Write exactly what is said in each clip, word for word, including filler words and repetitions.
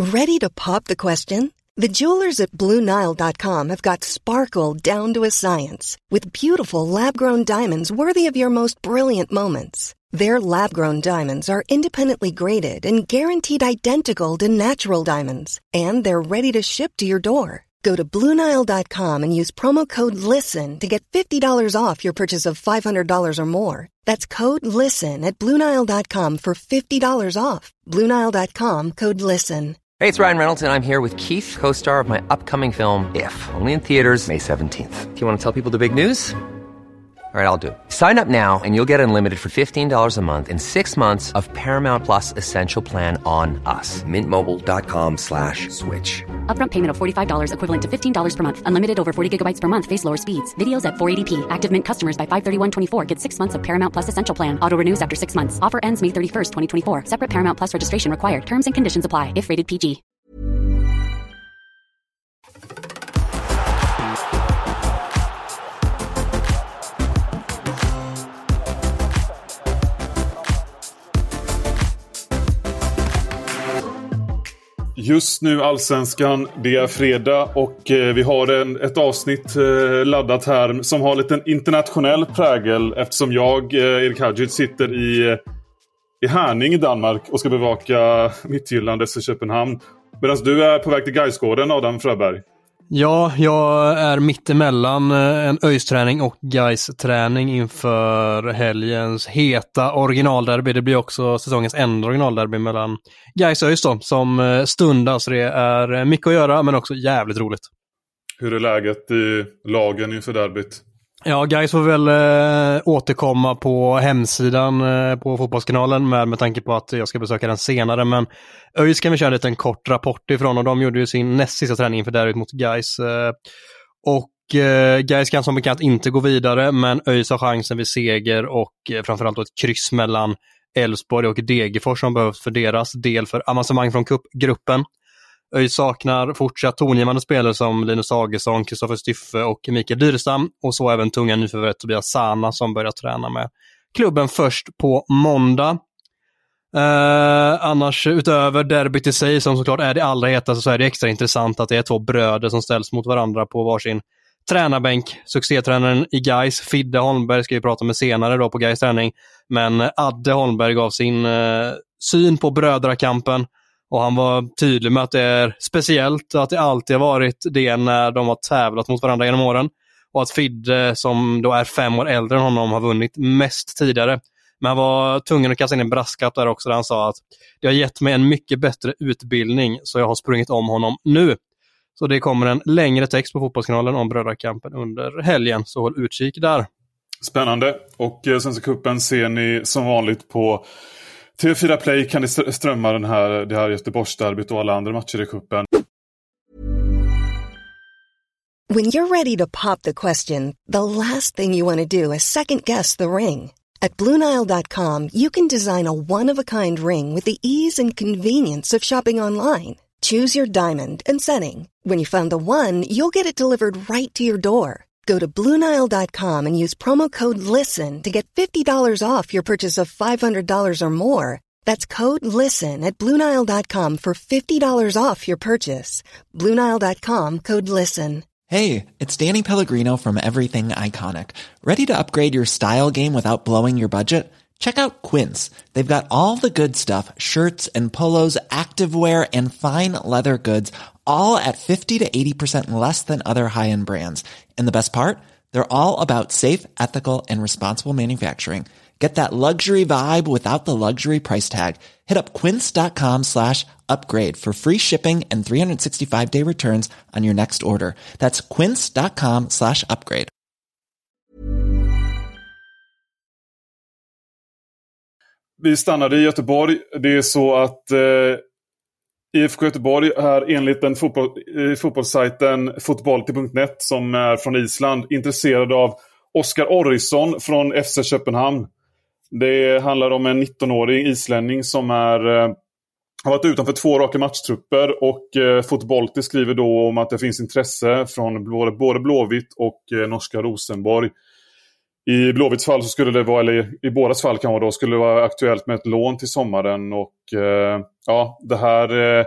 Ready to pop the question? The jewelers at Blue Nile dot com have got sparkle down to a science with beautiful lab-grown diamonds worthy of your most brilliant moments. Their lab-grown diamonds are independently graded and guaranteed identical to natural diamonds, and they're ready to ship to your door. Go to Blue Nile dot com and use promo code LISTEN to get fifty dollars off your purchase of five hundred dollars or more. That's code LISTEN at Blue Nile dot com for fifty dollars off. Blue Nile dot com, code LISTEN. Hey, it's Ryan Reynolds, and I'm here with Keith, co-star of my upcoming film, If, only in theaters May seventeenth. Do you want to tell people the big news? All right, I'll do it. Sign up now and you'll get unlimited for fifteen dollars a month and six months of Paramount Plus Essential Plan on us. Mint Mobile dot com slash switch. Upfront payment of forty-five dollars equivalent to fifteen dollars per month. Unlimited over forty gigabytes per month. Face lower speeds. Videos at four eighty p. Active Mint customers by five thirty-one twenty-four get six months of Paramount Plus Essential Plan. Auto renews after six months. Offer ends May thirty-first, twenty twenty-four. Separate Paramount Plus registration required. Terms and conditions apply if rated P G. Just nu Allsvenskan, det är fredag och eh, vi har en, ett avsnitt eh, laddat här som har lite en internationell prägel eftersom jag, eh, Erik Hadjic, sitter i, i Härning i Danmark och ska bevaka Midtjylland S C Köpenhamn. Medan du är på väg till Gaisgården, Adam Fröberg. Ja, jag är mittemellan en ÖIS-träning och Gais-träning inför helgens heta originalderby. Det blir också säsongens enda originalderby mellan Gais och ÖIS då, som stundas. Det är mycket att göra men också jävligt roligt. Hur är läget i lagen inför derbyt? Ja, Gais får väl äh, återkomma på hemsidan äh, på Fotbollskanalen med, med tanke på att jag ska besöka den senare. Men ÖIS kan vi köra en liten kort rapport ifrån och de gjorde ju sin näst sista träning inför derbyt mot Gais. Äh, och äh, Gais kan som bekant inte gå vidare, men ÖIS har chansen vid seger och äh, framförallt då ett kryss mellan Elfsborg och Degerfors som behövs för deras del för avancemang från cupgruppen. ÖIS saknar fortsatt tongivande spelare som Linus Agesson, Kristoffer Styffe och Mikael Dyrestam och så även tunga nyförvärvet Tobias Sana som börjar träna med klubben först på måndag. Eh, annars utöver derbyt i sig som såklart är det allra hetaste så är det extra intressant att det är två bröder som ställs mot varandra på varsin tränarbänk. Succétränaren i Gais, Fidde Holmberg, ska vi prata med senare då på Gais träning, men Adde Holmberg gav sin eh, syn på brödrakampen. Och han var tydlig med att det är speciellt, att det alltid har varit det när de har tävlat mot varandra genom åren. Och att Fidde, som då är fem år äldre än honom, har vunnit mest tidigare. Men han var tvungen att kasta in en brasklapp där också, där han sa att det har gett mig en mycket bättre utbildning så jag har sprungit om honom nu. Så det kommer en längre text på Fotbollskanalen om brödrakampen under helgen, så håll utkik där. Spännande. Och eh, Svenska cupen ser ni som vanligt på T V fyra Play. Kan ni strömma den här, det här Göteborgsderbyt och alla andra matcher i cupen. When you're ready to pop the question, the last thing you want to do is second guess the ring. At Blue Nile dot com, you can design a one-of-a-kind ring with the ease and convenience of shopping online. Choose your diamond and setting. When you find the one, you'll get it delivered right to your door. Go to Blue Nile dot com and use promo code LISTEN to get fifty dollars off your purchase of five hundred dollars or more. That's code LISTEN at Blue Nile dot com for fifty dollars off your purchase. Blue Nile dot com, code LISTEN. Hey, it's Danny Pellegrino from Everything Iconic. Ready to upgrade your style game without blowing your budget? Check out Quince. They've got all the good stuff, shirts and polos, activewear and fine leather goods, all at fifty to eighty percent less than other high-end brands. And the best part? They're all about safe, ethical, and responsible manufacturing. Get that luxury vibe without the luxury price tag. Hit up quince.com slash upgrade for free shipping and three sixty-five day returns on your next order. That's quince.com slash upgrade. Vi stannade i Göteborg. Det är så att eh, I F K Göteborg är enligt den fotboll, eh, fotbollssajten fotbollty punkt net som är från Island intresserad av Oskar Orrisson från F C Köpenhamn. Det handlar om en nittonårig islänning som är, eh, har varit utanför två raka matchtrupper och eh, Fotbollty skriver då om att det finns intresse från både, både Blåvitt och eh, norska Rosenborg. I Blåvitts fall så skulle det vara, eller i bådas fall kan det då, skulle det vara aktuellt med ett lån till sommaren och eh, ja, det här, eh,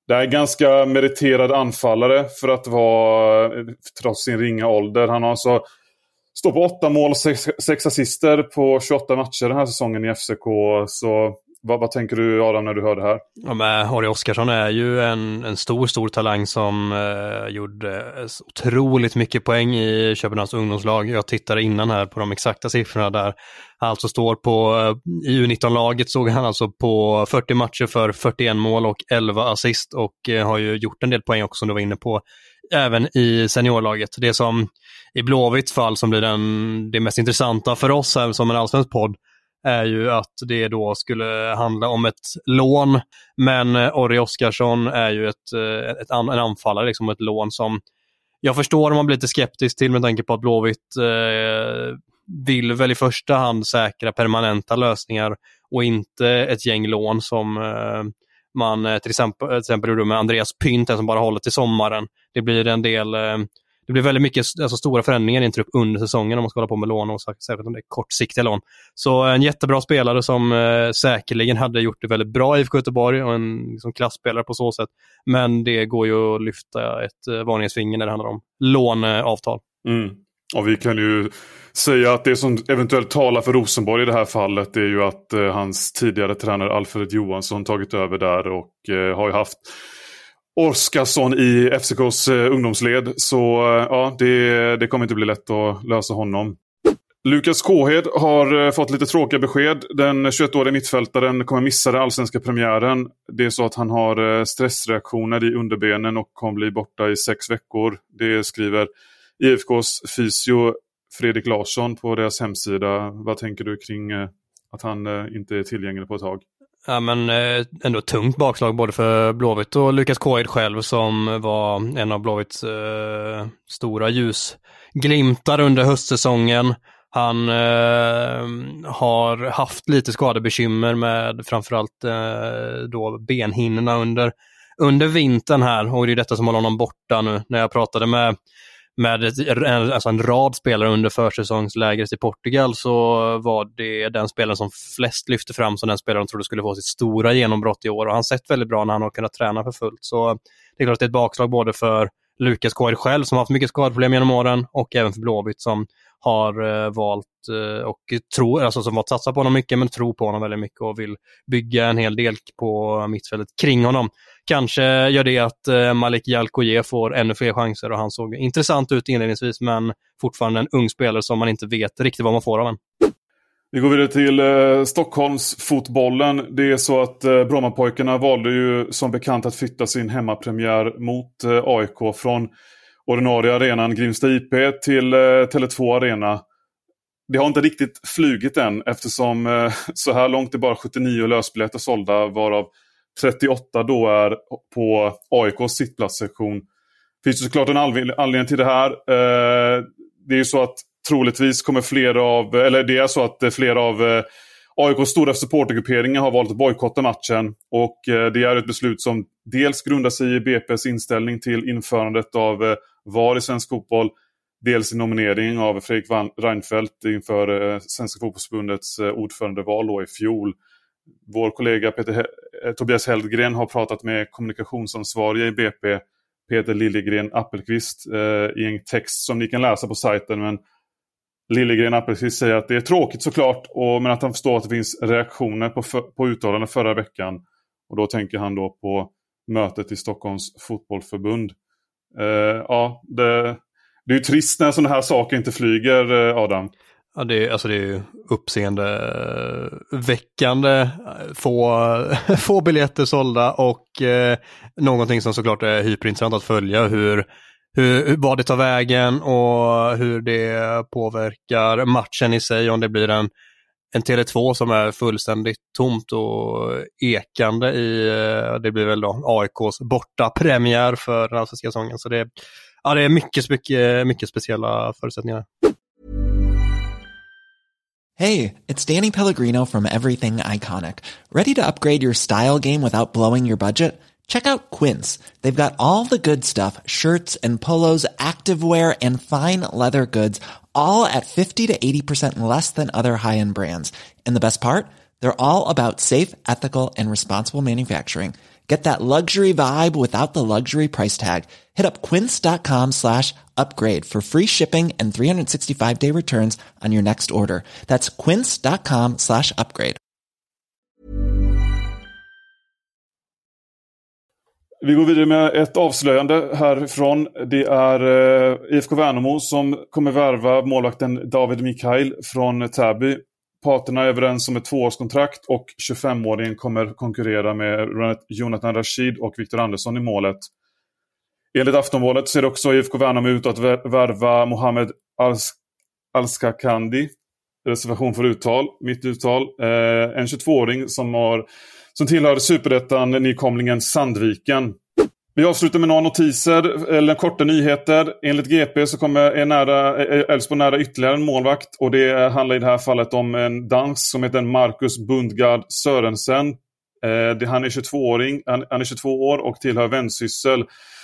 Det är en ganska meriterad anfallare för att vara, trots sin ringa ålder. Han har alltså står på åtta mål och sex, sex assister på tjugoåtta matcher den här säsongen i F C K. Så vad, vad tänker du, Adam, när du hör det här? Ja, men Harry Oskarsson är ju en, en stor, stor talang som eh, gjorde otroligt mycket poäng i Köpenhamns ungdomslag. Jag tittade innan här på de exakta siffrorna där. Han alltså står på, i U nitton-laget såg han alltså på fyrtio matcher för fyrtioen mål och elva assist och eh, har ju gjort en del poäng också som du var inne på. Även i seniorlaget. Det som i Blåvitts fall som blir den, det mest intressanta för oss här som en allsvensk podd är ju att det då skulle handla om ett lån, men Orri Oskarsson är ju ett, ett, en anfallare, liksom ett lån som jag förstår om man blir lite skeptisk till med tanke på att Blåvitt eh, vill väl i första hand säkra permanenta lösningar och inte ett gäng lån som eh, man till exempel, till exempel gjorde med Andreas Pynt som bara håller till sommaren. Det blir en del eh, det blir väldigt mycket alltså, stora förändringar i en trupp under säsongen om man ska hålla på med lån och särskilt om det är kortsiktiga lån. Så en jättebra spelare som eh, säkerligen hade gjort det väldigt bra i I F K Göteborg och en liksom, klassspelare på så sätt. Men det går ju att lyfta ett eh, varningsfinger när det handlar om låneavtal. Mm. Och vi kan ju säga att det som eventuellt talar för Rosenborg i det här fallet är ju att eh, hans tidigare tränare Alfred Johansson tagit över där och eh, har ju haft Oskarsson i F C K:s eh, ungdomsled. Så eh, ja, det, det kommer inte bli lätt att lösa honom. Lukas Kåhed har eh, fått lite tråkiga besked. Den tjugoettåriga mittfältaren kommer missa den allsvenska premiären. Det är så att han har eh, stressreaktioner i underbenen och kommer bli borta i sex veckor. Det skriver I F K:s fysio Fredrik Larsson på deras hemsida. Vad tänker du kring eh, att han eh, inte är tillgänglig på ett tag? Ja, men eh, ändå tungt bakslag både för Blåvitt och Lukas Kåhed själv som var en av Blåvitts eh, stora ljusglimtar under höstsäsongen. Han eh, har haft lite skadebekymmer med framförallt eh, då benhinnorna under, under vintern här och det är detta som håller honom borta nu. När jag pratade med med en, alltså en rad spelare under försäsongslägret i Portugal så var det den spelaren som flest lyfte fram som den spelaren trodde skulle få sitt stora genombrott i år och han har sett väldigt bra när han har kunnat träna för fullt. Så det är klart att det är ett bakslag både för Lukas Kåhed själv som har haft mycket skadeproblem genom åren och även för Blåvitt som har uh, valt uh, och tror, alltså som har satsat på honom mycket men tror på honom väldigt mycket och vill bygga en hel del på mittfältet kring honom. Kanske gör det att uh, Malik Jalkoje får ännu fler chanser och han såg intressant ut inledningsvis men fortfarande en ung spelare som man inte vet riktigt vad man får av en. Vi går vidare till eh, Stockholms fotbollen. Det är så att eh, Brommapojkarna valde ju som bekant att flytta sin hemmapremiär mot eh, A I K från ordinarie arenan Grimsta I P till eh, Tele två Arena. Det har inte riktigt flugit än eftersom eh, så här långt är bara sjuttionio lösbiljetter sålda varav trettioåtta då är på A I K:s sittplatssektion. Det finns ju såklart en anledning till det här. Eh, det är ju så att troligtvis kommer flera av, eller det är så att flera av eh, A I K:s stora supportergrupperingar har valt att bojkotta matchen och eh, det är ett beslut som dels grundar sig i B P:s inställning till införandet av eh, V A R i svensk fotboll, dels i nominering av Fredrik Reinfeldt inför eh, Svenska fotbollsförbundets eh, ordförandeval i fjol. Vår kollega Peter He- eh, Tobias Heldgren har pratat med kommunikationsansvariga i B P, Peter Liljegren Appelqvist, eh, i en text som ni kan läsa på sajten, men Liljegren Appelqvist säger att det är tråkigt såklart, och, men att han förstår att det finns reaktioner på, för, på uttalanden förra veckan. Och då tänker han då på mötet i Stockholms fotbollförbund. Eh, ja, det, det är ju trist när sådana här saker inte flyger, eh, Adam. Ja, det är, alltså det är ju uppseendeväckande få, få biljetter sålda och eh, någonting som såklart är hyperintressant att följa hur Hur, vad det tar vägen och hur det påverkar matchen i sig. Om det blir en, en Tele två som är fullständigt tomt och ekande i, det blir väl då A I K:s borta premiär för den allsvenska säsongen. Så det, ja, det är mycket, mycket, mycket speciella förutsättningar. Hey, it's Danny Pellegrino from Everything Iconic. Ready to upgrade your style game without blowing your budget? Check out Quince. They've got all the good stuff, shirts and polos, activewear and fine leather goods, all at fifty to eighty percent less than other high-end brands. And the best part? They're all about safe, ethical and responsible manufacturing. Get that luxury vibe without the luxury price tag. Hit up quince.com slash upgrade for free shipping and three sixty-five day returns on your next order. That's quince.com slash upgrade. Vi går vidare med ett avslöjande härifrån. Det är eh, I F K Värnamo som kommer värva målvakten David Mikael från Täby. Parterna är överens om ett tvåårskontrakt och tjugofemåringen kommer konkurrera med Jonathan Rashid och Victor Andersson i målet. Enligt Aftonbladet ser också I F K Värnamo ut att värva Mohamed Al-Skakandi. Reservation för uttal, mitt uttal. Eh, en tjugotvååring som, har, som tillhör superettan nykomlingen Sandviken. Vi avslutar med några notiser, eller korta nyheter. Enligt G P så kommer är nära, Elfsborg nära ytterligare en målvakt. Och det handlar i det här fallet om en dansk som heter Marcus Bundgaard Sørensen. Eh, det, han är tjugotvååring, han, han är tjugotvå år och tillhör Vendsyssel.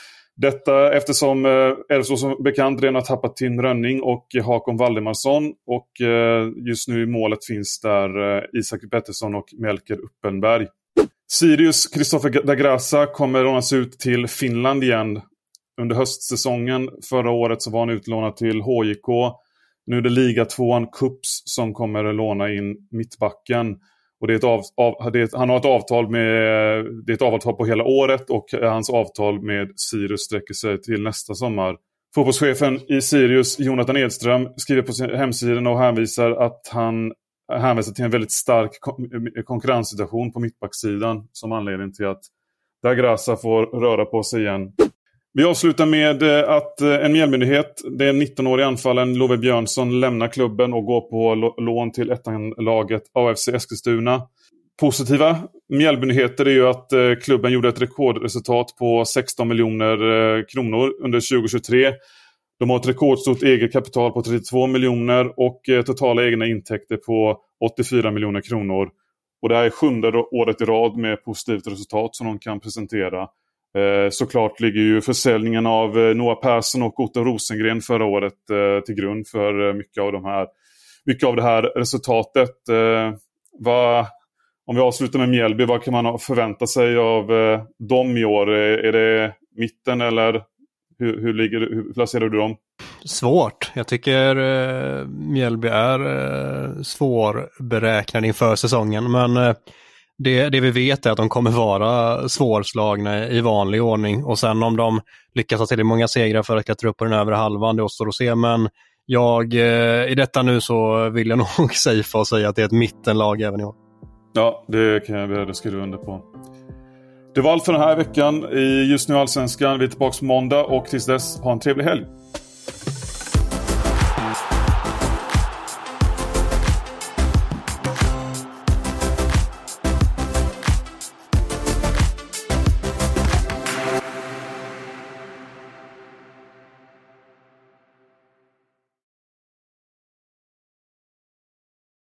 Detta eftersom eh, Elfsborg som bekant redan har tappat Tim Rönning och Hakon Valdemarsson. Och eh, just nu i målet finns där eh, Isak Pettersson och Melker Uppenberg. Sirius Kristoffer da Graça kommer lånas ut till Finland igen under höstsäsongen. Förra året så var han utlånad till H J K. Nu är det Liga tvåan Cups som kommer låna in mittbacken. Och det är ett av, av, det är, han har ett avtal med det är ett avtal på hela året och hans avtal med Sirius sträcker sig till nästa sommar. Fotbollschefen i Sirius, Jonathan Edström, skriver på sin hemsida och hänvisar att han hänvisar till en väldigt stark konkurrenssituation på mittbacksidan som anledning till att da Graça får röra på sig igen. Vi avslutar med att en Mjällmyndighet, det är nitton-årig anfallen Love Björnsson, lämnar klubben och går på lån till ettanlaget A F C Eskilstuna. Positiva Mjällmyndigheter är ju att klubben gjorde ett rekordresultat på sexton miljoner kronor under tjugohundratjugotre. De har ett rekordstort eget kapital på trettiotvå miljoner och totala egna intäkter på åttiofyra miljoner kronor. Och det här är sjunde året i rad med positivt resultat som de kan presentera. Eh, såklart ligger ju försäljningen av Noah Persson och Otto Rosengren förra året eh, till grund för mycket av, de här, mycket av det här resultatet. Eh, vad, om vi avslutar med Mjällby, vad kan man förvänta sig av eh, dem i år? Är, är det mitten eller... Hur, hur, ligger, hur placerar du dem? Svårt. Jag tycker eh, Mjällby är eh, svårberäknad inför säsongen. Men eh, det, det vi vet är att de kommer vara svårslagna i vanlig ordning. Och sen om de lyckas ha till många segrar för att klättra upp på den övre halvan, det återstår att se. Men jag, eh, i detta nu så vill jag nog safea och säga att det är ett mittenlag även i år. Ja, det kan jag väl skriva under på. Det var allt för den här veckan i Just nu Allsvenskan. Vi är tillbaka på måndag och tills dess, ha en trevlig helg.